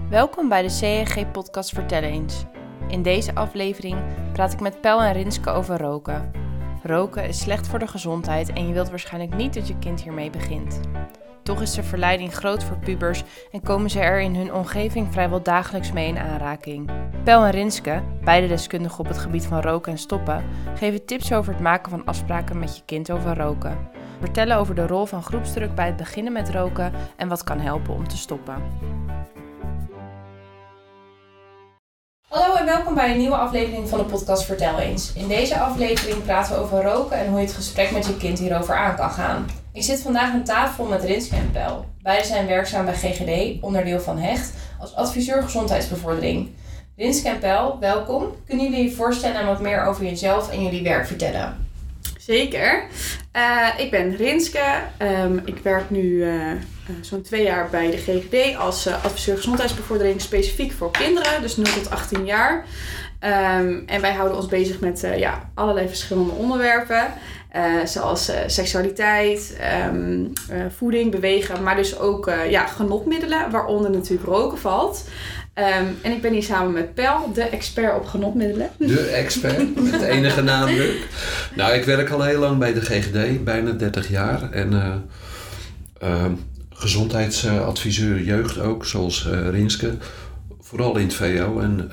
Welkom bij de CNG-podcast Vertel eens. In deze aflevering praat ik met Pel en Rinske over roken. Roken is slecht voor de gezondheid en je wilt waarschijnlijk niet dat je kind hiermee begint. Toch is de verleiding groot voor pubers en komen ze er in hun omgeving vrijwel dagelijks mee in aanraking. Pel en Rinske, beide deskundigen op het gebied van roken en stoppen, geven tips over het maken van afspraken met je kind over roken. Vertellen over de rol van groepsdruk bij het beginnen met roken en wat kan helpen om te stoppen. Hallo en welkom bij een nieuwe aflevering van de podcast Vertel eens. In deze aflevering praten we over roken en hoe je het gesprek met je kind hierover aan kan gaan. Ik zit vandaag aan tafel met Rinske en Pel. Beiden zijn werkzaam bij GGD, onderdeel van HEGT, als adviseur gezondheidsbevordering. Rinske en Pel, welkom. Kunnen jullie je voorstellen en wat meer over jezelf en jullie werk vertellen? Zeker. Ik ben Rinske. Ik werk nu zo'n 2 jaar bij de GGD als adviseur gezondheidsbevordering specifiek voor kinderen, dus 0 tot 18 jaar. En wij houden ons bezig met allerlei verschillende onderwerpen. Zoals seksualiteit, voeding, bewegen, maar dus ook genotmiddelen, waaronder natuurlijk roken valt. En ik ben hier samen met Pel, de expert op genotmiddelen. De expert, met de enige nadruk. Nou, ik werk al heel lang bij de GGD, bijna 30 jaar. En gezondheidsadviseur jeugd ook, zoals Rinske. Vooral in het VO en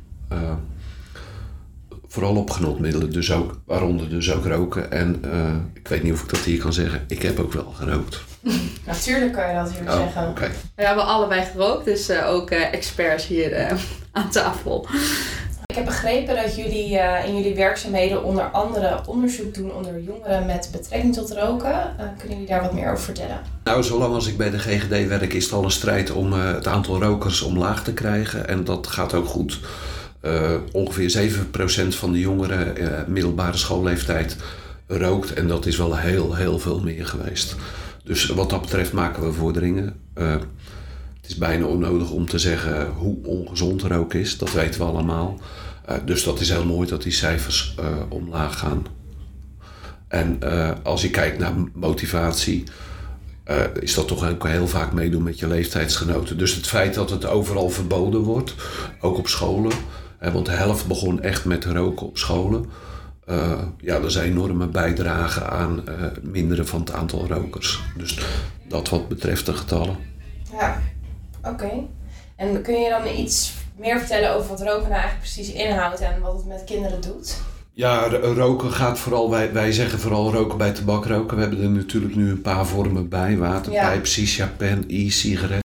vooral op genotmiddelen, dus ook, waaronder dus ook roken. En ik weet niet of ik dat hier kan zeggen, ik heb ook wel gerookt. Natuurlijk kan je dat hier zeggen. Okay. We hebben allebei gerookt, dus ook experts hier aan tafel. Ik heb begrepen dat jullie in jullie werkzaamheden onder andere onderzoek doen onder jongeren met betrekking tot roken. Kunnen jullie daar wat meer over vertellen? Nou, zolang als ik bij de GGD werk is het al een strijd om het aantal rokers omlaag te krijgen. En dat gaat ook goed. Ongeveer 7% van de jongeren middelbare schoolleeftijd rookt. En dat is wel heel veel meer geweest. Dus wat dat betreft maken we vorderingen. Het is bijna onnodig om te zeggen hoe ongezond roken is. Dat weten we allemaal. Dus dat is heel mooi dat die cijfers omlaag gaan. En als je kijkt naar motivatie, is dat toch ook heel vaak meedoen met je leeftijdsgenoten. Dus het feit dat het overal verboden wordt, ook op scholen. Want de helft begon echt met roken op scholen. Dat is een enorme bijdrage aan het minderen van het aantal rokers. Dus dat wat betreft de getallen. Ja, oké. En kun je dan iets meer vertellen over wat roken nou eigenlijk precies inhoudt en wat het met kinderen doet? Ja, roken gaat vooral, wij zeggen vooral roken bij tabakroken. We hebben er natuurlijk nu een paar vormen bij. Waterpijp, shisha, pen, e-sigaret.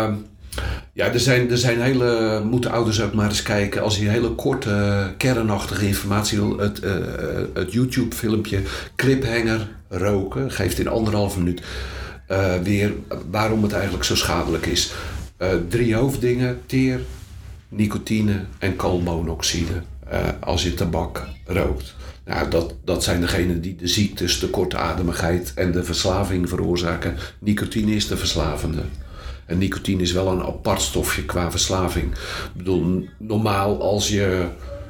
Er zijn hele, moeten ouders ook maar eens kijken. Als je hele korte, kernachtige informatie wil, het YouTube filmpje Cliphanger roken, geeft in 1,5 minuut weer waarom het eigenlijk zo schadelijk is. 3 hoofddingen, teer, nicotine en koolmonoxide als je tabak rookt. Nou, dat zijn degenen die de ziektes, de kortademigheid en de verslaving veroorzaken. Nicotine is de verslavende. En nicotine is wel een apart stofje qua verslaving. Ik bedoel, normaal als je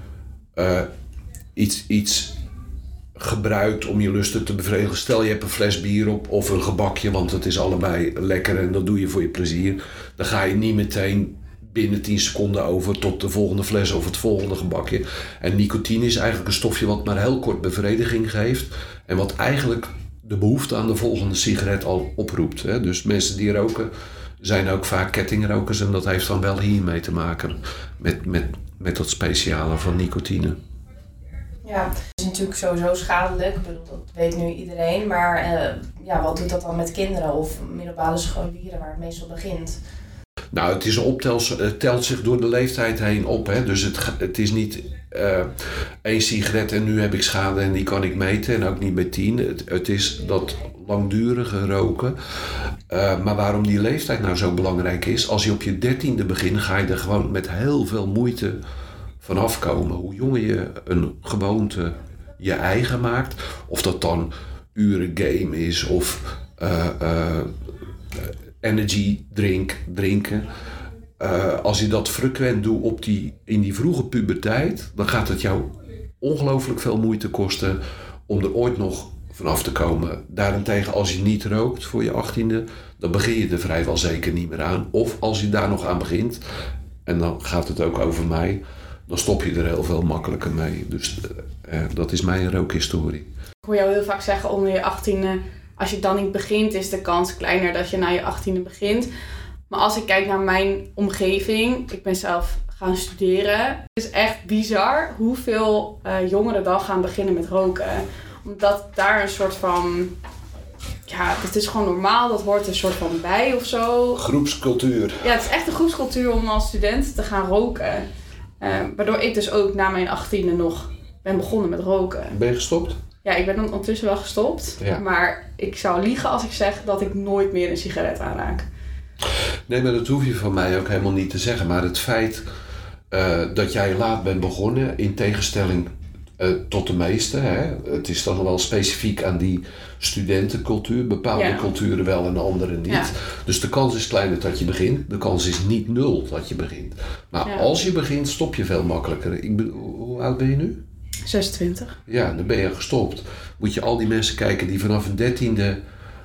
iets gebruikt om je lusten te bevredigen. Stel je hebt een fles bier op of een gebakje, want het is allebei lekker en dat doe je voor je plezier. Dan ga je niet meteen binnen 10 seconden over tot de volgende fles of het volgende gebakje. En nicotine is eigenlijk een stofje wat maar heel kort bevrediging geeft. En wat eigenlijk de behoefte aan de volgende sigaret al oproept. Hè? Dus mensen die roken zijn ook vaak kettingrokers en dat heeft dan wel hiermee te maken met dat speciale van nicotine. Ja, het is natuurlijk sowieso schadelijk, ik bedoel, dat weet nu iedereen, maar wat doet dat dan met kinderen of middelbare scholieren waar het meestal begint? Nou, het telt zich door de leeftijd heen op. Hè? Dus het is niet 1 sigaret en nu heb ik schade en die kan ik meten. En ook niet bij 10. Het is dat langdurige roken. Maar waarom die leeftijd nou zo belangrijk is. Als je op je 13e begint, ga je er gewoon met heel veel moeite vanaf komen. Hoe jonger je een gewoonte je eigen maakt. Of dat dan uren game is of energy drinken. Als je dat frequent doet in die vroege puberteit, dan gaat het jou ongelooflijk veel moeite kosten om er ooit nog vanaf te komen. Daarentegen, als je niet rookt voor je 18e, dan begin je er vrijwel zeker niet meer aan. Of als je daar nog aan begint, en dan gaat het ook over mij, dan stop je er heel veel makkelijker mee. Dus dat is mijn rookhistorie. Ik hoor jou heel vaak zeggen onder je 18e, als je dan niet begint, is de kans kleiner dat je na je 18e begint. Maar als ik kijk naar mijn omgeving, ik ben zelf gaan studeren. Het is echt bizar hoeveel jongeren dan gaan beginnen met roken. Omdat daar een soort van, ja, het is gewoon normaal, dat hoort een soort van bij of zo. Groepscultuur. Ja, het is echt een groepscultuur om als student te gaan roken. Waardoor ik dus ook na mijn 18e nog ben begonnen met roken. Ben je gestopt? Ja, ik ben dan ondertussen wel gestopt. Ja. Maar ik zou liegen als ik zeg dat ik nooit meer een sigaret aanraak. Nee, maar dat hoef je van mij ook helemaal niet te zeggen. Maar het feit dat jij laat bent begonnen, in tegenstelling tot de meesten. Hè? Het is dan wel specifiek aan die studentencultuur. Bepaalde culturen wel en andere niet. Ja. Dus de kans is kleiner dat je begint. De kans is niet 0 dat je begint. Maar als je begint, stop je veel makkelijker. Hoe oud ben je nu? 26. Ja, dan ben je gestopt. Moet je al die mensen kijken die vanaf een 13e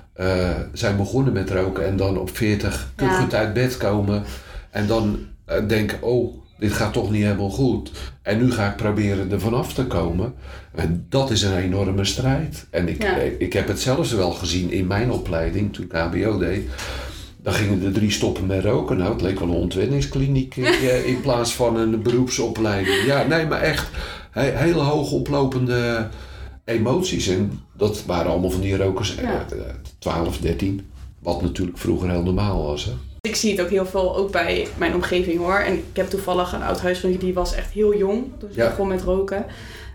zijn begonnen met roken en dan op 40 kuchend uit bed komen en dan denken, oh, dit gaat toch niet helemaal goed. En nu ga ik proberen er vanaf te komen. En dat is een enorme strijd. En ik heb het zelfs wel gezien in mijn opleiding, toen ik HBO deed. Dan gingen er 3 stoppen met roken. Nou, het leek wel een ontwenningskliniek in plaats van een beroepsopleiding. Ja, nee, maar echt hele hoog oplopende emoties. En dat waren allemaal van die rokers 12, 13. Wat natuurlijk vroeger heel normaal was. Hè? Ik zie het ook heel veel, ook bij mijn omgeving hoor. En ik heb toevallig een oud huisvriendje, die was echt heel jong toen ze begon met roken.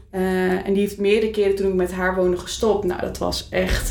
En die heeft meerdere keren toen ik met haar woonde gestopt. Nou, dat was echt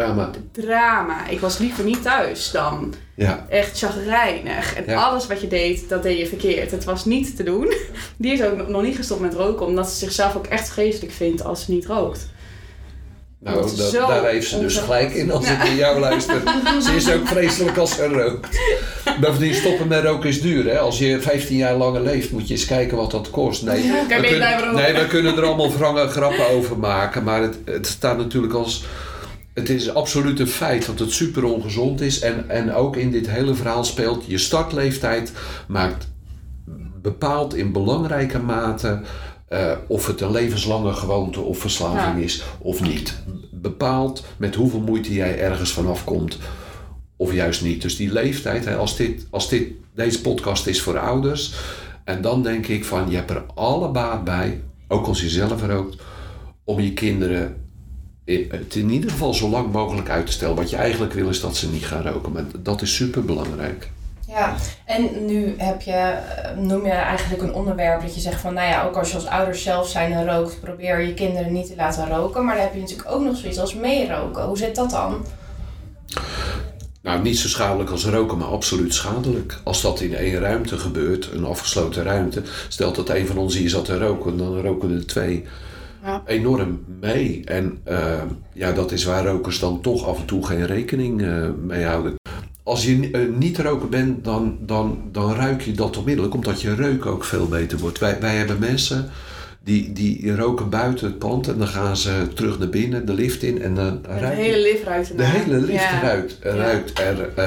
drama. Ik was liever niet thuis dan. Ja. Echt chagrijnig. En alles wat je deed, dat deed je verkeerd. Het was niet te doen. Die is ook nog niet gestopt met roken, omdat ze zichzelf ook echt vreselijk vindt als ze niet rookt. Nou, daar heeft ze dus gelijk in als ik naar jou luister. Ze is ook vreselijk als ze rookt. Bovendien, stoppen met roken is duur. Hè? Als je 15 jaar langer leeft, moet je eens kijken wat dat kost. We kunnen er allemaal grappen over maken. Maar het staat natuurlijk als... Het is absoluut een feit dat het super ongezond is. En ook in dit hele verhaal speelt je startleeftijd maakt bepaald in belangrijke mate... of het een levenslange gewoonte of verslaving is of niet. Bepaalt met hoeveel moeite jij ergens vanaf komt of juist niet. Dus die leeftijd, hè, deze podcast is voor ouders. En dan denk ik van, je hebt er alle baat bij, ook als je zelf rookt, om je kinderen het in ieder geval zo lang mogelijk uit te stellen. Wat je eigenlijk wil is dat ze niet gaan roken. Maar dat is super belangrijk. Ja, en nu noem je eigenlijk een onderwerp dat je zegt van, nou ja, ook als je als ouders zelf zijn en rookt, probeer je kinderen niet te laten roken. Maar dan heb je natuurlijk ook nog zoiets als meeroken. Hoe zit dat dan? Nou, niet zo schadelijk als roken, maar absoluut schadelijk. Als dat in 1 ruimte gebeurt, een afgesloten ruimte, stelt dat een van ons hier zat te roken, dan roken er 2 enorm mee. En dat is waar rokers dan toch af en toe geen rekening mee houden. Als je niet roken bent, dan ruik je dat onmiddellijk, omdat je reuk ook veel beter wordt. Wij hebben mensen die roken buiten het pand en dan gaan ze terug naar binnen, de lift in en dan ruikt de hele lift ruikt ernaar. De hele lift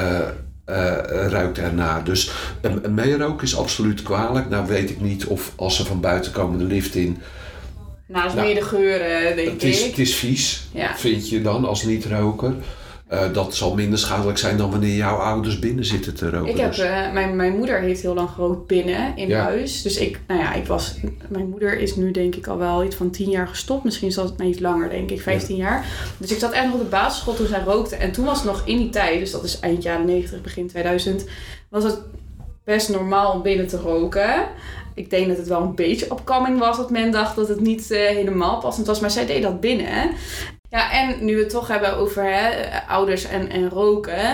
ruikt ernaar. Dus meeroken is absoluut kwalijk. Nou weet ik niet of als ze van buiten komen de lift in. Nou, dat is meer de geuren, denk ik. Het is vies, vind je dan als niet-roker. Dat zal minder schadelijk zijn dan wanneer jouw ouders binnen zitten te roken. Mijn moeder heeft heel lang gerookt binnen in huis. Dus mijn moeder is nu denk ik al wel iets van 10 jaar gestopt. Misschien zelfs iets langer, denk ik, 15 jaar. Dus ik zat echt nog op de basisschool toen zij rookte. En toen was het nog in die tijd, dus dat is eind jaren 90, begin 2000, was het best normaal om binnen te roken. Ik denk dat het wel een beetje opkoming was dat men dacht dat het niet helemaal passend was. Maar zij deed dat binnen. Ja, en nu we het toch hebben over ouders en roken.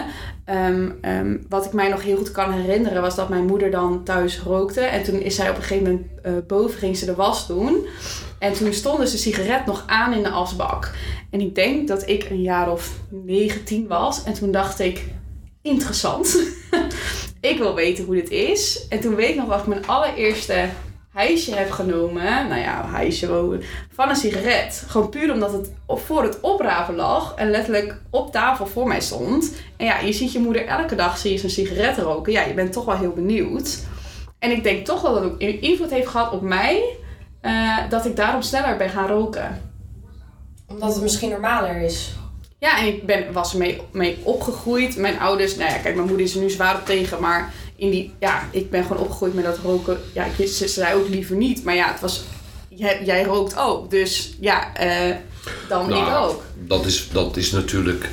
Wat ik mij nog heel goed kan herinneren was dat mijn moeder dan thuis rookte. En toen is zij op een gegeven moment boven ging ze de was doen. En toen stond dus de sigaret nog aan in de asbak. En ik denk dat ik een jaar of 19 was. En toen dacht ik, interessant. Ik wil weten hoe dit is. En toen weet ik nog dat ik mijn allereerste hijsje heb genomen, van een sigaret. Gewoon puur omdat het voor het oprapen lag en letterlijk op tafel voor mij stond. En ja, je ziet je moeder elke dag zo'n sigaret roken. Ja, je bent toch wel heel benieuwd. En ik denk toch dat het ook invloed heeft gehad op mij, dat ik daarom sneller ben gaan roken. Omdat het misschien normaler is. Ja, en ik was mee opgegroeid. Mijn ouders, kijk, mijn moeder is er nu zwaar op tegen, maar ik ben gewoon opgegroeid met dat roken. Ja, ze zei ook liever niet, maar ja, het was, jij rookt ook, dus dan ik ook. Dat is natuurlijk,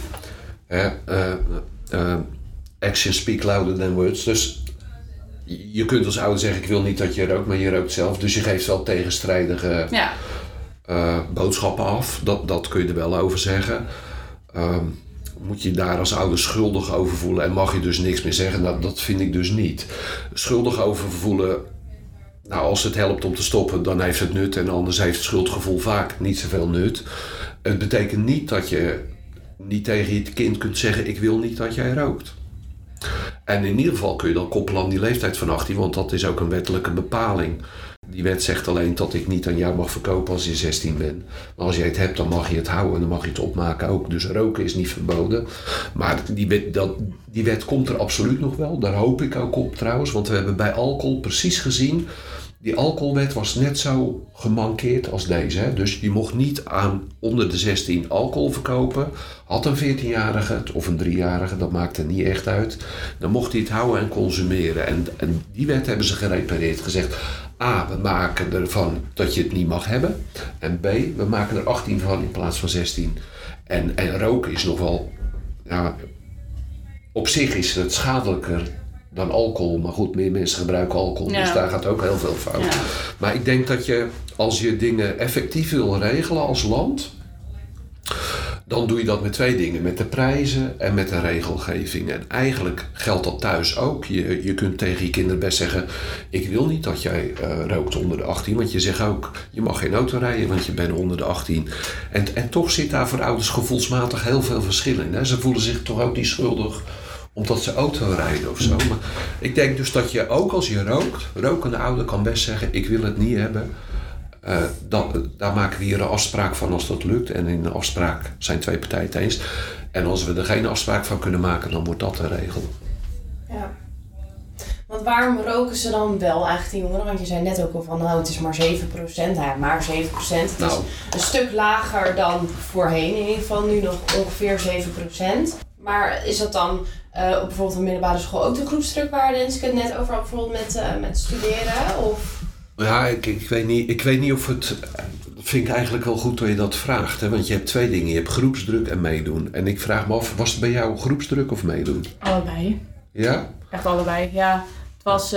actions speak louder than words, dus je kunt als ouder zeggen, ik wil niet dat je rookt, maar je rookt zelf, dus je geeft wel tegenstrijdige boodschappen af, dat kun je er wel over zeggen. Moet je daar als ouder schuldig over voelen en mag je dus niks meer zeggen? Nou, dat vind ik dus niet. Schuldig over voelen, als het helpt om te stoppen, dan heeft het nut en anders heeft het schuldgevoel vaak niet zoveel nut. Het betekent niet dat je niet tegen je kind kunt zeggen, ik wil niet dat jij rookt. En in ieder geval kun je dan koppelen aan die leeftijd van 18, want dat is ook een wettelijke bepaling. Die wet zegt alleen dat ik niet aan jou mag verkopen als je 16 bent. Maar als jij het hebt, dan mag je het houden en dan mag je het opmaken ook. Dus roken is niet verboden. Maar die wet komt er absoluut nog wel. Daar hoop ik ook op trouwens. Want we hebben bij alcohol precies gezien, die alcoholwet was net zo gemankeerd als deze. Hè? Dus je mocht niet aan onder de 16 alcohol verkopen. Had een 14-jarige het of een 3-jarige, dat maakt er niet echt uit. Dan mocht hij het houden en consumeren. En die wet hebben ze gerepareerd. Gezegd, A, we maken ervan dat je het niet mag hebben. En B, we maken er 18 van in plaats van 16. En roken is nog wel, op zich is het schadelijker dan alcohol. Maar goed, meer mensen gebruiken alcohol, dus daar gaat ook heel veel fout. Ja. Maar ik denk dat je, als je dingen effectief wil regelen als land, dan doe je dat met 2 dingen. Met de prijzen en met de regelgeving. En eigenlijk geldt dat thuis ook. Je kunt tegen je kinderen best zeggen, ik wil niet dat jij rookt onder de 18. Want je zegt ook, je mag geen auto rijden, want je bent onder de 18. En toch zit daar voor ouders gevoelsmatig heel veel verschil in. Hè? Ze voelen zich toch ook niet schuldig omdat ze auto rijden of zo. Maar ik denk dus dat je ook als je rokende ouder kan best zeggen, ik wil het niet hebben. Daar maken we hier een afspraak van als dat lukt. En in de afspraak zijn 2 partijen het eens. En als we er geen afspraak van kunnen maken, dan wordt dat de regel. Ja. Want waarom roken ze dan wel eigenlijk die jongeren? Want je zei net ook al van, het is maar 7%. Maar 7%. Het is een stuk lager dan voorheen. In ieder geval nu nog ongeveer 7%. Maar is dat dan op bijvoorbeeld een middelbare school ook de groepsdruk waar Renske het net over had, bijvoorbeeld met studeren? Of? Ja, ik weet niet of het. Dat vind ik eigenlijk wel goed dat je dat vraagt. Hè? Want je hebt 2 dingen. Je hebt groepsdruk en meedoen. En ik vraag me af, was het bij jou groepsdruk of meedoen? Allebei. Ja? Echt allebei, ja. Het was,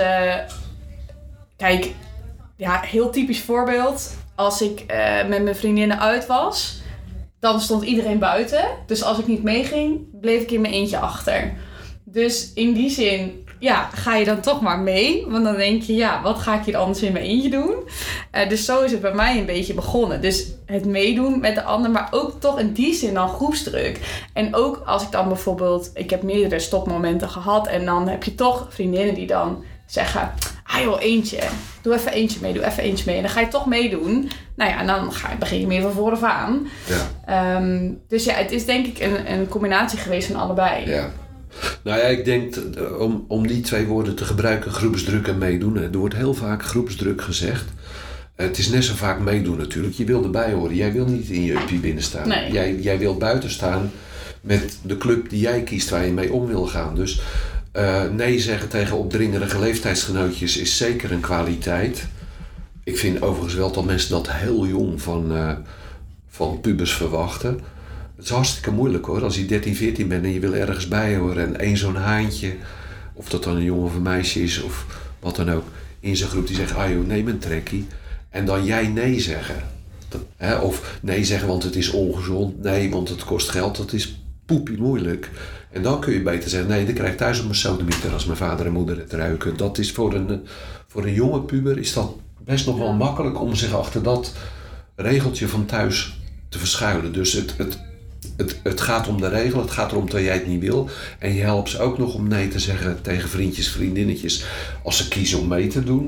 heel typisch voorbeeld. Als ik met mijn vriendinnen uit was, dan stond iedereen buiten. Dus als ik niet meeging, bleef ik in mijn eentje achter. Dus in die zin, ga je dan toch maar mee. Want dan denk je, wat ga ik hier anders in mijn eentje doen? Dus zo is het bij mij een beetje begonnen. Dus het meedoen met de ander, maar ook toch in die zin dan groepsdruk. En ook als ik dan bijvoorbeeld, ik heb meerdere stopmomenten gehad. En dan heb je toch vriendinnen die dan zeggen, eentje. Doe even eentje mee. En dan ga je toch meedoen. En dan begin je meer van vooraf aan. Ja. Dus het is denk ik een combinatie geweest van allebei. Ja. Nou ja, ik denk om die 2 woorden te gebruiken, groepsdruk en meedoen. Er wordt heel vaak groepsdruk gezegd. Het is net zo vaak meedoen natuurlijk. Je wil erbij horen. Jij wil niet in je uppie binnen staan. Nee. Jij wil buiten staan met de club die jij kiest waar je mee om wil gaan. Dus nee zeggen tegen opdringerige leeftijdsgenootjes is zeker een kwaliteit. Ik vind overigens wel dat mensen dat heel jong van pubers verwachten. Het is hartstikke moeilijk hoor, als je 13, 14 bent en je wil ergens bij horen en één zo'n haantje, of dat dan een jongen of een meisje is of wat dan ook, in zijn groep die zegt, neem een trekkie. En dan jij nee zeggen. Of nee zeggen want het is ongezond, nee want het kost geld, dat is poepie moeilijk. En dan kun je beter zeggen, nee, dan krijg ik thuis op mijn sodemieter als mijn vader en moeder het ruiken. Dat is voor een jonge puber is dat best nog wel makkelijk om zich achter dat regeltje van thuis te verschuilen. Dus het gaat om de regel, het gaat erom dat jij het niet wil. En je helpt ze ook nog om nee te zeggen tegen vriendjes, vriendinnetjes. Als ze kiezen om mee te doen,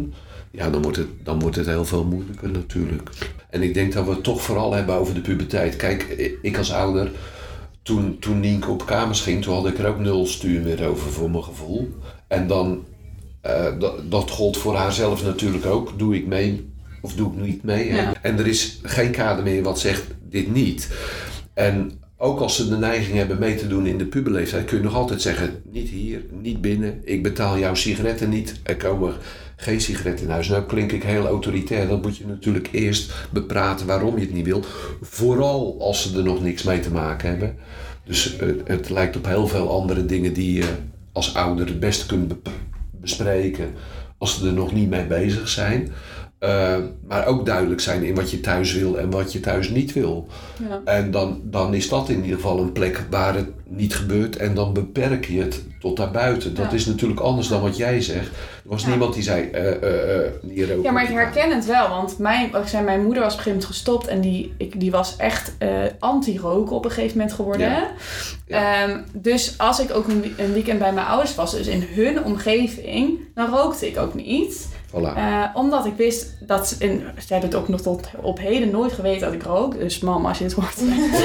ja, dan wordt het heel veel moeilijker natuurlijk. En ik denk dat we het toch vooral hebben over de puberteit. Kijk, ik als ouder, toen Nienke op kamers ging, toen had ik er ook 0 stuur meer over voor mijn gevoel. En dan, dat gold voor haarzelf natuurlijk ook. Doe ik mee of doe ik niet mee? Ja. En er is geen kader meer wat zegt dit niet. En ook als ze de neiging hebben mee te doen in de puberleeftijd, kun je nog altijd zeggen, niet hier, niet binnen, ik betaal jouw sigaretten niet, er komen geen sigaretten in huis. Nou klink ik heel autoritair, dat moet je natuurlijk eerst bepraten waarom je het niet wil. Vooral als ze er nog niks mee te maken hebben. Dus het lijkt op heel veel andere dingen die je als ouder het beste kunt bespreken als ze er nog niet mee bezig zijn. Maar ook duidelijk zijn in wat je thuis wil en wat je thuis niet wil. Ja. En dan is dat in ieder geval een plek waar het niet gebeurt en dan beperk je het tot daarbuiten. Dat is natuurlijk anders dan wat jij zegt. Er was niemand die zei, niet roken. Ja, maar ik herken het wel, want mijn moeder was op een gegeven moment gestopt en die was echt anti-roken op een gegeven moment geworden. Ja. Ja. Dus als ik ook een weekend bij mijn ouders was, dus in hun omgeving, dan rookte ik ook niet. Voilà. Omdat ik wist dat ze hebben het ook nog tot op heden nooit geweten dat ik rook. Dus mam, als je het hoort.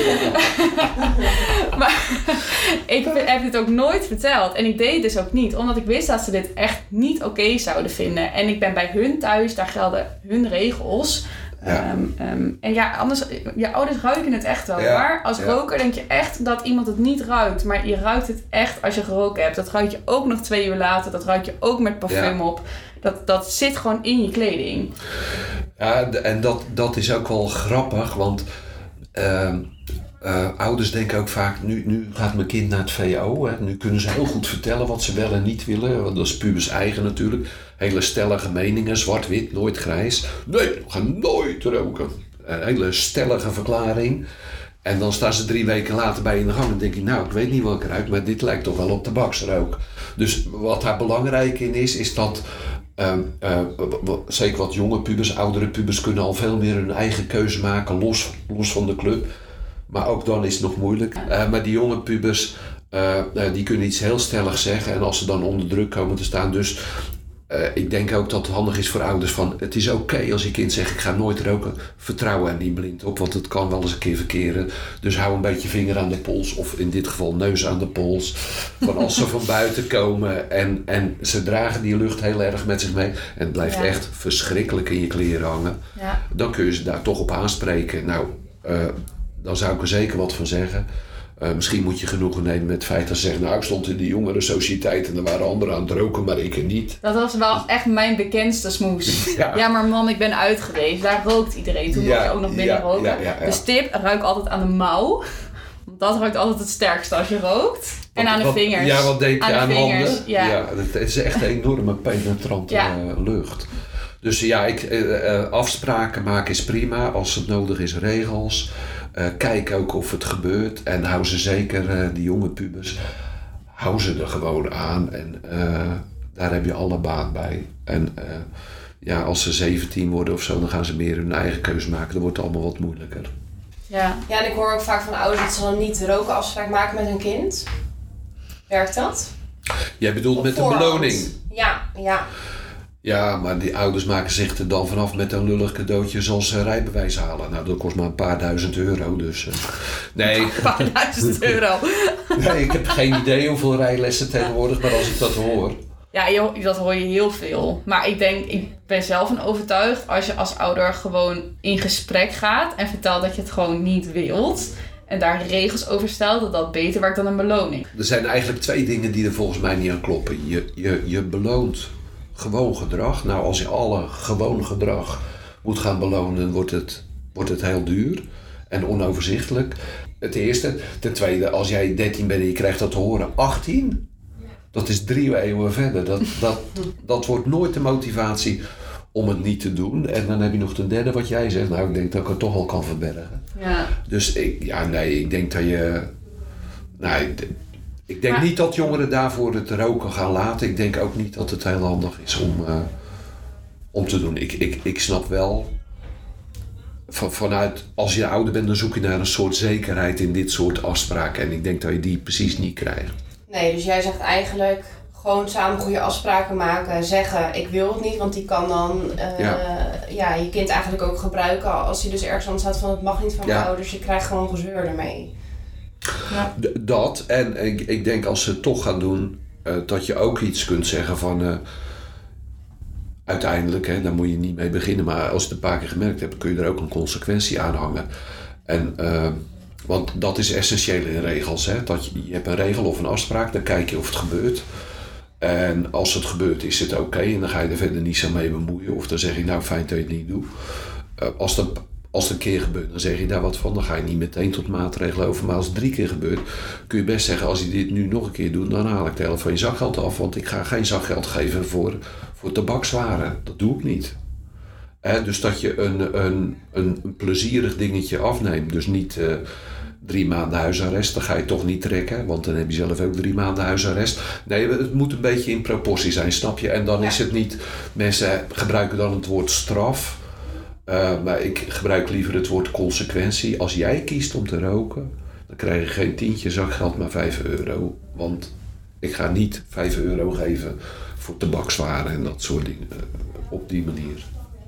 Maar ik heb dit ook nooit verteld. En ik deed het dus ook niet. Omdat ik wist dat ze dit echt niet oké zouden vinden. En ik ben bij hun thuis. Daar gelden hun regels. Ja. En ja, anders, je ouders ruiken het echt wel. Ja. Maar als roker denk je echt dat iemand het niet ruikt. Maar je ruikt het echt als je geroken hebt. Dat ruik je ook nog 2 uur later. Dat ruik je ook met parfum op. Dat zit gewoon in je kleding. Ja, en dat is ook wel grappig. Want ouders denken ook vaak, nu gaat mijn kind naar het VO. Hè. Nu kunnen ze heel goed vertellen wat ze wel en niet willen. Want dat is pubers eigen natuurlijk. Hele stellige meningen, zwart-wit, nooit grijs. Nee, we gaan nooit roken. Een hele stellige verklaring. En dan staan ze 3 weken later bij je in de gang en denk je, nou, ik weet niet wat ik ruik, maar dit lijkt toch wel op tabaksrook. Dus wat daar belangrijk in is dat zeker wat jonge pubers, oudere pubers kunnen al veel meer hun eigen keuze maken, los van de club. Maar ook dan is het nog moeilijk. Maar die jonge pubers, die kunnen iets heel stelligs zeggen en als ze dan onder druk komen te staan. Dus ik denk ook dat het handig is voor ouders van, het is oké als je kind zegt, ik ga nooit roken. Vertrouw er niet blind op, want het kan wel eens een keer verkeren. Dus hou een beetje vinger aan de pols, of in dit geval neus aan de pols. Van als ze van buiten komen en ze dragen die lucht heel erg met zich mee. En het blijft echt verschrikkelijk in je kleren hangen. Ja. Dan kun je ze daar toch op aanspreken. Nou, dan zou ik er zeker wat van zeggen. Misschien moet je genoegen nemen met het feit dat ze zeggen, nou, ik stond in de jongerensociëteit en er waren anderen aan het roken, maar ik niet. Dat was wel echt mijn bekendste smoes. Ja, maar man, ik ben uit geweest. Daar rookt iedereen. Toen mocht je ook nog binnen roken. Ja. Dus tip, ruik altijd aan de mouw. Want dat ruikt altijd het sterkste als je rookt. En aan de vingers. Ja, wat denk je aan de handen? Ja, het is echt een enorme penetrante lucht. Dus afspraken maken is prima. Als het nodig is, regels. Kijk ook of het gebeurt. En hou ze zeker, die jonge pubers, hou ze er gewoon aan. En daar heb je alle baat bij. En als ze 17 worden of zo, dan gaan ze meer hun eigen keuze maken. Dan wordt het allemaal wat moeilijker. Ja, en ik hoor ook vaak van ouders dat ze dan niet roken afspraak maken met hun kind. Werkt dat? Jij bedoelt met een beloning? Ja. Ja, maar die ouders maken zich er dan vanaf met een lullig cadeautje zoals rijbewijs halen. Nou, dat kost maar een paar duizend euro, dus... nee. Een paar duizend euro? Nee, ik heb geen idee hoeveel rijlessen tegenwoordig, maar als ik dat hoor... Ja, dat hoor je heel veel. Maar ik ben zelf van overtuigd, als je als ouder gewoon in gesprek gaat en vertelt dat je het gewoon niet wilt... en daar regels over stelt, dat beter werkt dan een beloning. Er zijn eigenlijk 2 dingen die er volgens mij niet aan kloppen. Je beloont gewoon gedrag. Nou, als je alle gewoon gedrag moet gaan belonen, wordt het heel duur en onoverzichtelijk. Het eerste. Ten tweede, als jij 13 bent en je krijgt dat te horen, 18? Dat is 3 eeuwen verder. Dat wordt nooit de motivatie om het niet te doen. En dan heb je nog ten derde wat jij zegt. Nou, ik denk dat ik het toch al kan verbergen. Ja. Dus ik denk dat je... Ik denk niet dat jongeren daarvoor het roken gaan laten. Ik denk ook niet dat het heel handig is om te doen. Ik snap wel... Vanuit, als je ouder bent, dan zoek je naar een soort zekerheid in dit soort afspraken. En ik denk dat je die precies niet krijgt. Nee, dus jij zegt eigenlijk gewoon samen goede afspraken maken, zeggen ik wil het niet, want die kan dan je kind eigenlijk ook gebruiken als hij dus ergens aan staat van het mag niet van mijn ouders, je krijgt gewoon gezeur ermee. Ja. Dat, en ik denk als ze het toch gaan doen, dat je ook iets kunt zeggen van uiteindelijk, daar moet je niet mee beginnen, maar als je het een paar keer gemerkt hebt, kun je er ook een consequentie aan hangen. En want dat is essentieel in regels. Hè? Dat je hebt een regel of een afspraak, dan kijk je of het gebeurt. En als het gebeurt is het oké en dan ga je er verder niet zo mee bemoeien. Of dan zeg je nou fijn dat je het niet doet. Als het een keer gebeurt, dan zeg je daar wat van. Dan ga je niet meteen tot maatregelen over. Maar als het 3 keer gebeurt, kun je best zeggen als je dit nu nog een keer doet, dan haal ik de helft van je zakgeld af. Want ik ga geen zakgeld geven voor tabakswaren. Dat doe ik niet. Dus dat je een plezierig dingetje afneemt. Dus niet 3 maanden huisarrest, dan ga je toch niet trekken. Want dan heb je zelf ook 3 maanden huisarrest. Nee, het moet een beetje in proportie zijn, snap je? En dan is het niet... Mensen gebruiken dan het woord straf. Maar ik gebruik liever het woord consequentie. Als jij kiest om te roken, dan krijg je geen tientje zakgeld, maar €5. Want ik ga niet €5 geven voor tabakswaren en dat soort dingen. Op die manier.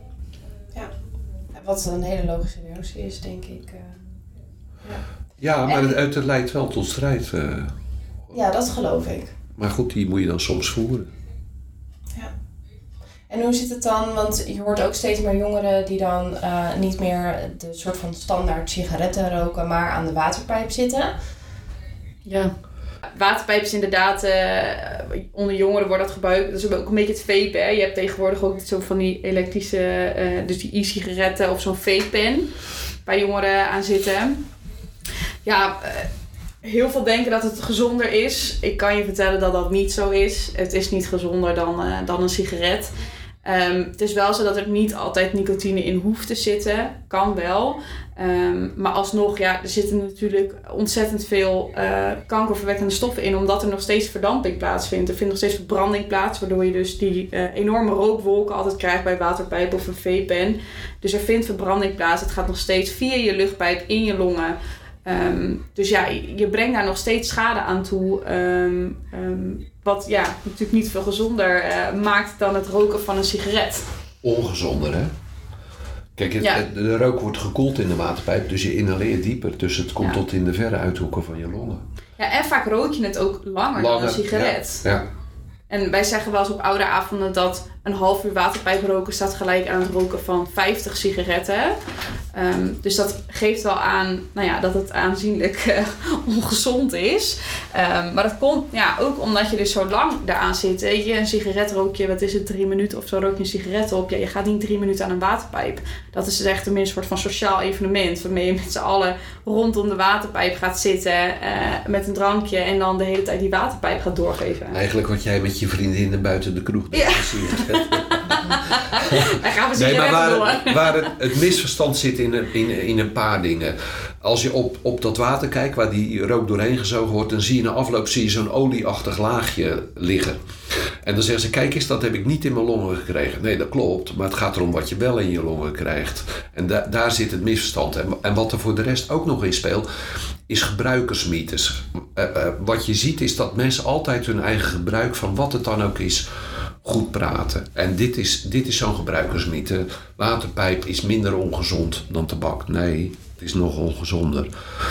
Wat een hele logische reactie is, denk ik. Ja, maar het leidt wel tot strijd. Ja, dat geloof ik. Maar goed, die moet je dan soms voeren. Ja. En hoe zit het dan, want je hoort ook steeds meer jongeren die dan niet meer de soort van standaard sigaretten roken, maar aan de waterpijp zitten. Ja. Waterpijp is inderdaad, onder jongeren wordt dat gebruikt. Dat is ook een beetje het vapen. Hè? Je hebt tegenwoordig ook zo van die elektrische, dus die e-sigaretten of zo'n vape-pen waar jongeren aan zitten. Ja, heel veel denken dat het gezonder is. Ik kan je vertellen dat dat niet zo is. Het is niet gezonder dan een sigaret. Het is wel zo dat er niet altijd nicotine in hoeft te zitten. Kan wel. Maar alsnog, er zitten natuurlijk ontzettend veel kankerverwekkende stoffen in. Omdat er nog steeds verdamping plaatsvindt. Er vindt nog steeds verbranding plaats. Waardoor je dus die enorme rookwolken altijd krijgt bij waterpijp of een vape-pen. Dus er vindt verbranding plaats. Het gaat nog steeds via je luchtpijp in je longen. Dus je brengt daar nog steeds schade aan toe. Wat natuurlijk niet veel gezonder maakt dan het roken van een sigaret. Ongezonder, hè? Kijk, de rook wordt gekoeld in de waterpijp, dus je inhaleert dieper. Dus het komt tot in de verre uithoeken van je longen. Ja, en vaak rook je het ook langer dan een sigaret. Ja. En wij zeggen wel eens op ouderavonden dat een half uur waterpijp roken staat gelijk aan het roken van 50 sigaretten. Dus dat geeft wel aan dat het aanzienlijk ongezond is. Maar dat komt ook omdat je dus zo lang daaraan zit. Weet je, een sigaret rook je, 3 minuten of zo rook je een sigaret op. Ja, je gaat niet 3 minuten aan een waterpijp. Dat is dus echt een soort van sociaal evenement. Waarmee je met z'n allen rondom de waterpijp gaat zitten met een drankje. En dan de hele tijd die waterpijp gaat doorgeven. Eigenlijk wat jij met je vriendinnen buiten de kroeg doet. Ja. Daar gaan we sigaretten waar het misverstand zit in een paar dingen. Als je op dat water kijkt waar die rook doorheen gezogen wordt, dan zie je na afloop zo'n olieachtig laagje liggen. En dan zeggen ze, kijk eens, dat heb ik niet in mijn longen gekregen. Nee, dat klopt, maar het gaat erom wat je wel in je longen krijgt. En daar zit het misverstand. En wat er voor de rest ook nog in speelt, is gebruikersmythes. Wat je ziet is dat mensen altijd hun eigen gebruik van wat het dan ook is, goed praten. En dit is zo'n gebruikersmythe. Waterpijp is minder ongezond dan tabak. Nee, het is nog ongezonder.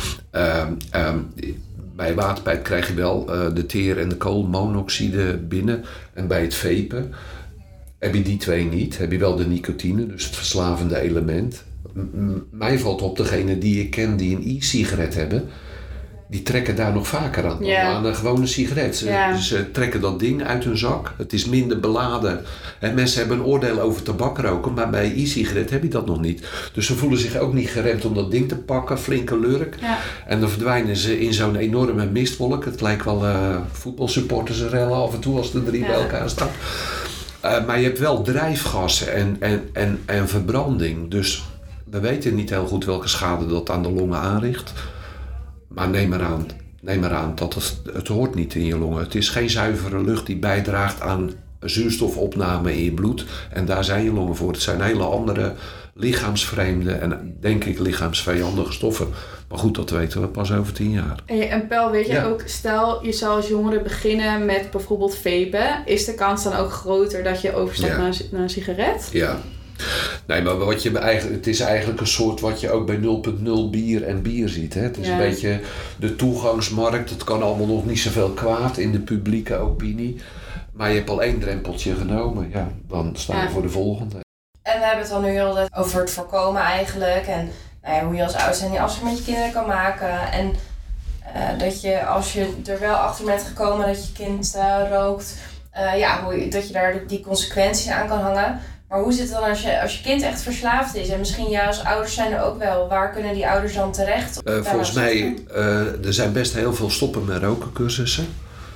Bij waterpijp krijg je wel de teer- en de koolmonoxide binnen. En bij het vapen heb je die twee niet. Heb je wel de nicotine, dus het verslavende element. Mij valt op degene die ik ken die een e-sigaret hebben. Die trekken daar nog vaker aan dan aan een gewone sigaret. Ze trekken dat ding uit hun zak. Het is minder beladen. En mensen hebben een oordeel over tabak roken, maar bij e-sigaret heb je dat nog niet. Dus ze voelen zich ook niet geremd om dat ding te pakken, flinke lurk. Ja. En dan verdwijnen ze in zo'n enorme mistwolk. Het lijkt wel voetbalsupporters rellen af en toe als de 3 bij elkaar staan. Maar je hebt wel drijfgassen en verbranding. Dus we weten niet heel goed welke schade dat aan de longen aanricht. Maar neem maar aan dat het hoort niet in je longen. Het is geen zuivere lucht die bijdraagt aan zuurstofopname in je bloed. En daar zijn je longen voor. Het zijn hele andere lichaamsvreemde en denk ik lichaamsvijandige stoffen. Maar goed, dat weten we pas over 10 jaar. En Pel, weet je ook, stel je zou als jongere beginnen met bijvoorbeeld vapen. Is de kans dan ook groter dat je overstapt naar een sigaret? Ja. Nee, maar het is eigenlijk een soort wat je ook bij 0.0 bier en bier ziet. Hè? Het is een beetje de toegangsmarkt. Het kan allemaal nog niet zoveel kwaad in de publieke opinie. Maar je hebt al 1 drempeltje genomen. Ja, dan staan we voor de volgende. En we hebben het dan nu heel de over het voorkomen eigenlijk. En hoe je als ouder zijn die afspraak met je kinderen kan maken. En dat je als je er wel achter bent gekomen dat je kind rookt. Dat je daar die consequenties aan kan hangen. Maar hoe zit het dan als je kind echt verslaafd is? En misschien jij als ouders zijn er ook wel. Waar kunnen die ouders dan terecht? Volgens mij, er zijn best heel veel stoppen met roken cursussen.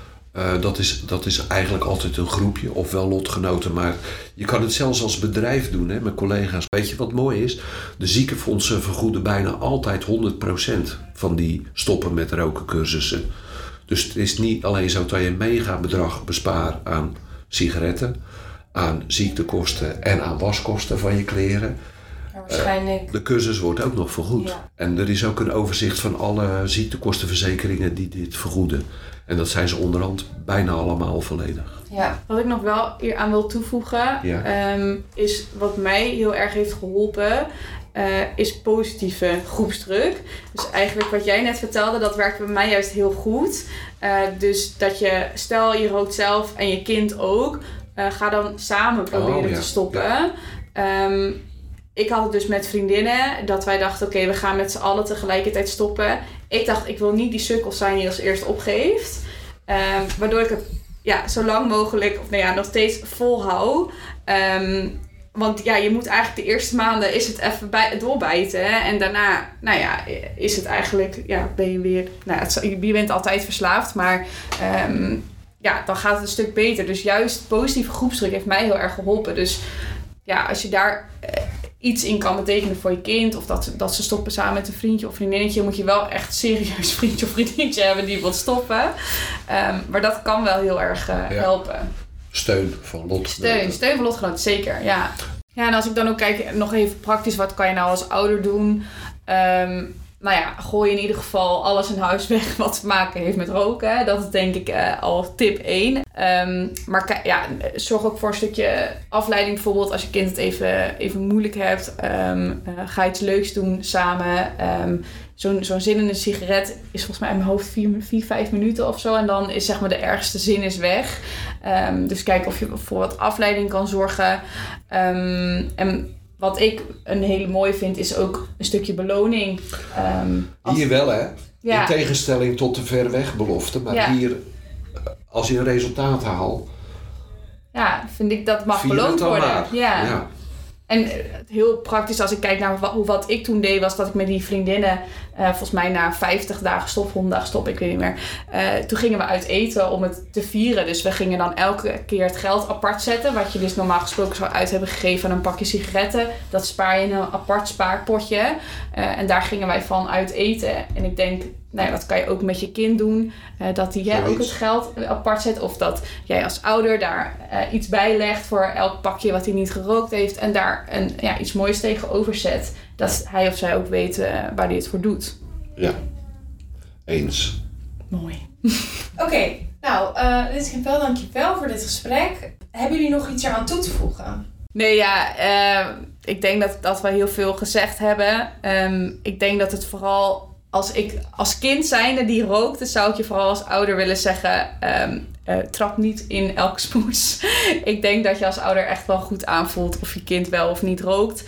Dat is eigenlijk altijd een groepje, ofwel lotgenoten. Maar je kan het zelfs als bedrijf doen, hè, met collega's. Weet je wat mooi is? De ziekenfondsen vergoeden bijna altijd 100% van die stoppen met roken cursussen. Dus het is niet alleen zo dat je een mega bedrag bespaart aan sigaretten, aan ziektekosten en aan waskosten van je kleren. Waarschijnlijk. De cursus wordt ook nog vergoed. Ja. En er is ook een overzicht van alle ziektekostenverzekeringen die dit vergoeden. En dat zijn ze onderhand bijna allemaal volledig. Ja. Wat ik nog wel hier aan wil toevoegen, is wat mij heel erg heeft geholpen, is positieve groepsdruk. Dus eigenlijk wat jij net vertelde, dat werkt bij mij juist heel goed. Dus dat je, stel je rookt zelf en je kind ook, ga dan samen proberen te stoppen. Ja. Ik had het dus met vriendinnen, dat wij dachten, oké, we gaan met z'n allen tegelijkertijd stoppen. Ik dacht, ik wil niet die sukkel zijn die als eerst opgeeft. Waardoor ik het zo lang mogelijk, nog steeds volhoud. Want je moet eigenlijk de eerste maanden is het even doorbijten. Hè? En daarna, is het eigenlijk, ben je weer, je bent altijd verslaafd, maar dan gaat het een stuk beter. Dus juist positieve groepsdruk heeft mij heel erg geholpen. Dus als je daar iets in kan betekenen voor je kind, of dat ze stoppen samen met een vriendje of vriendinnetje, moet je wel echt serieus vriendje of vriendinnetje hebben die wil stoppen. Maar dat kan wel heel erg helpen. Steun van lotgenoten. Steun van lotgenoten, zeker, ja. Ja, en als ik dan ook kijk, nog even praktisch, wat kan je nou als ouder doen? Gooi in ieder geval alles in huis weg wat te maken heeft met roken. Dat is denk ik al tip 1. Maar zorg ook voor een stukje afleiding. Bijvoorbeeld als je kind het even moeilijk hebt. Ga iets leuks doen samen. Zo'n zin in een sigaret is volgens mij in mijn hoofd 4-5 minuten of zo. En dan is zeg maar de ergste zin is weg. Dus kijk of je voor wat afleiding kan zorgen. En wat ik een hele mooie vind, is ook een stukje beloning. Hier wel, hè? Ja. In tegenstelling tot de ver weg belofte. Maar hier, als je een resultaat haalt, vind ik dat mag beloond worden. Ja. En heel praktisch, als ik kijk naar wat ik toen deed, was dat ik met die vriendinnen, volgens mij na 50 dagen stop, 100 dagen stop, ik weet niet meer. Toen gingen we uit eten om het te vieren. Dus we gingen dan elke keer het geld apart zetten. Wat je dus normaal gesproken zou uit hebben gegeven aan een pakje sigaretten. Dat spaar je in een apart spaarpotje. En daar gingen wij van uit eten. En ik denk, dat kan je ook met je kind doen. Dat jij ook het geld apart zet. Of dat jij als ouder daar iets bij legt voor elk pakje wat hij niet gerookt heeft. En daar iets moois tegenover zet. Dat hij of zij ook weet waar hij het voor doet. Ja, eens. Mooi. Oké, Rinske en Pel, dankjewel voor dit gesprek. Hebben jullie nog iets eraan toe te voegen? Nee, ik denk dat we heel veel gezegd hebben. Ik denk dat het vooral, als kind zijnde die rookte, zou ik je vooral als ouder willen zeggen, trap niet in elke smoes. Ik denk dat je als ouder echt wel goed aanvoelt of je kind wel of niet rookt.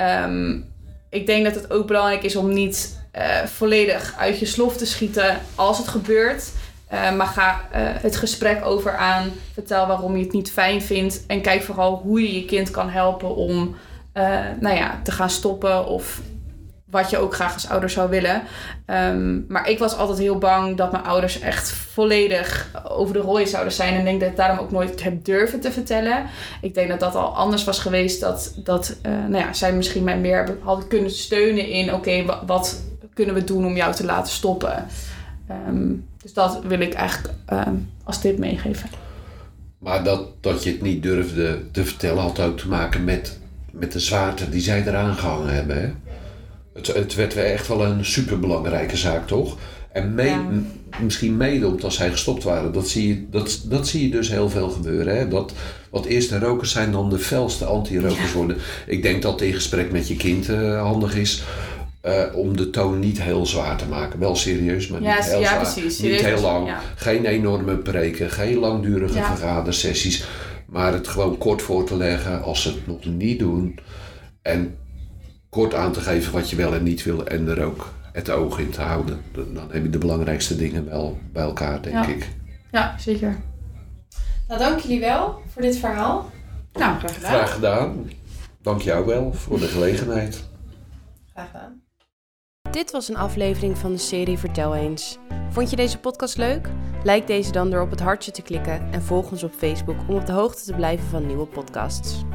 Ik denk dat het ook belangrijk is om niet volledig uit je slof te schieten als het gebeurt. Maar ga het gesprek over aan. Vertel waarom je het niet fijn vindt. En kijk vooral hoe je je kind kan helpen om te gaan stoppen. Of wat je ook graag als ouder zou willen. Maar ik was altijd heel bang dat mijn ouders echt volledig over de rode zouden zijn. En ik denk dat ik daarom ook nooit heb durven te vertellen. Ik denk dat dat al anders was geweest. Dat zij misschien mij meer hadden kunnen steunen in, oké, wat kunnen we doen om jou te laten stoppen? Dus dat wil ik eigenlijk als tip meegeven. Maar dat je het niet durfde te vertellen had ook te maken met de zwaarte die zij eraan gehangen hebben. Hè? Het werd weer echt wel een superbelangrijke zaak, toch? En misschien mede omdat zij gestopt waren. Dat zie je dus heel veel gebeuren. Hè? Dat wat eerste rokers zijn dan de felste anti-rokers worden. Ik denk dat in gesprek met je kind handig is. Om de toon niet heel zwaar te maken. Wel serieus, maar niet heel zwaar. Precies. Niet heel lang. Ja. Geen enorme preken. Geen langdurige vergadersessies. Maar het gewoon kort voor te leggen als ze het nog niet doen. En kort aan te geven wat je wel en niet wil. En er ook het oog in te houden. Dan heb je de belangrijkste dingen wel bij elkaar, denk ik. Ja, zeker. Nou, dank jullie wel voor dit verhaal. Nou, graag gedaan. Graag gedaan. Dank jou wel voor de gelegenheid. Graag gedaan. Dit was een aflevering van de serie Vertel eens. Vond je deze podcast leuk? Like deze dan door op het hartje te klikken en volg ons op Facebook om op de hoogte te blijven van nieuwe podcasts.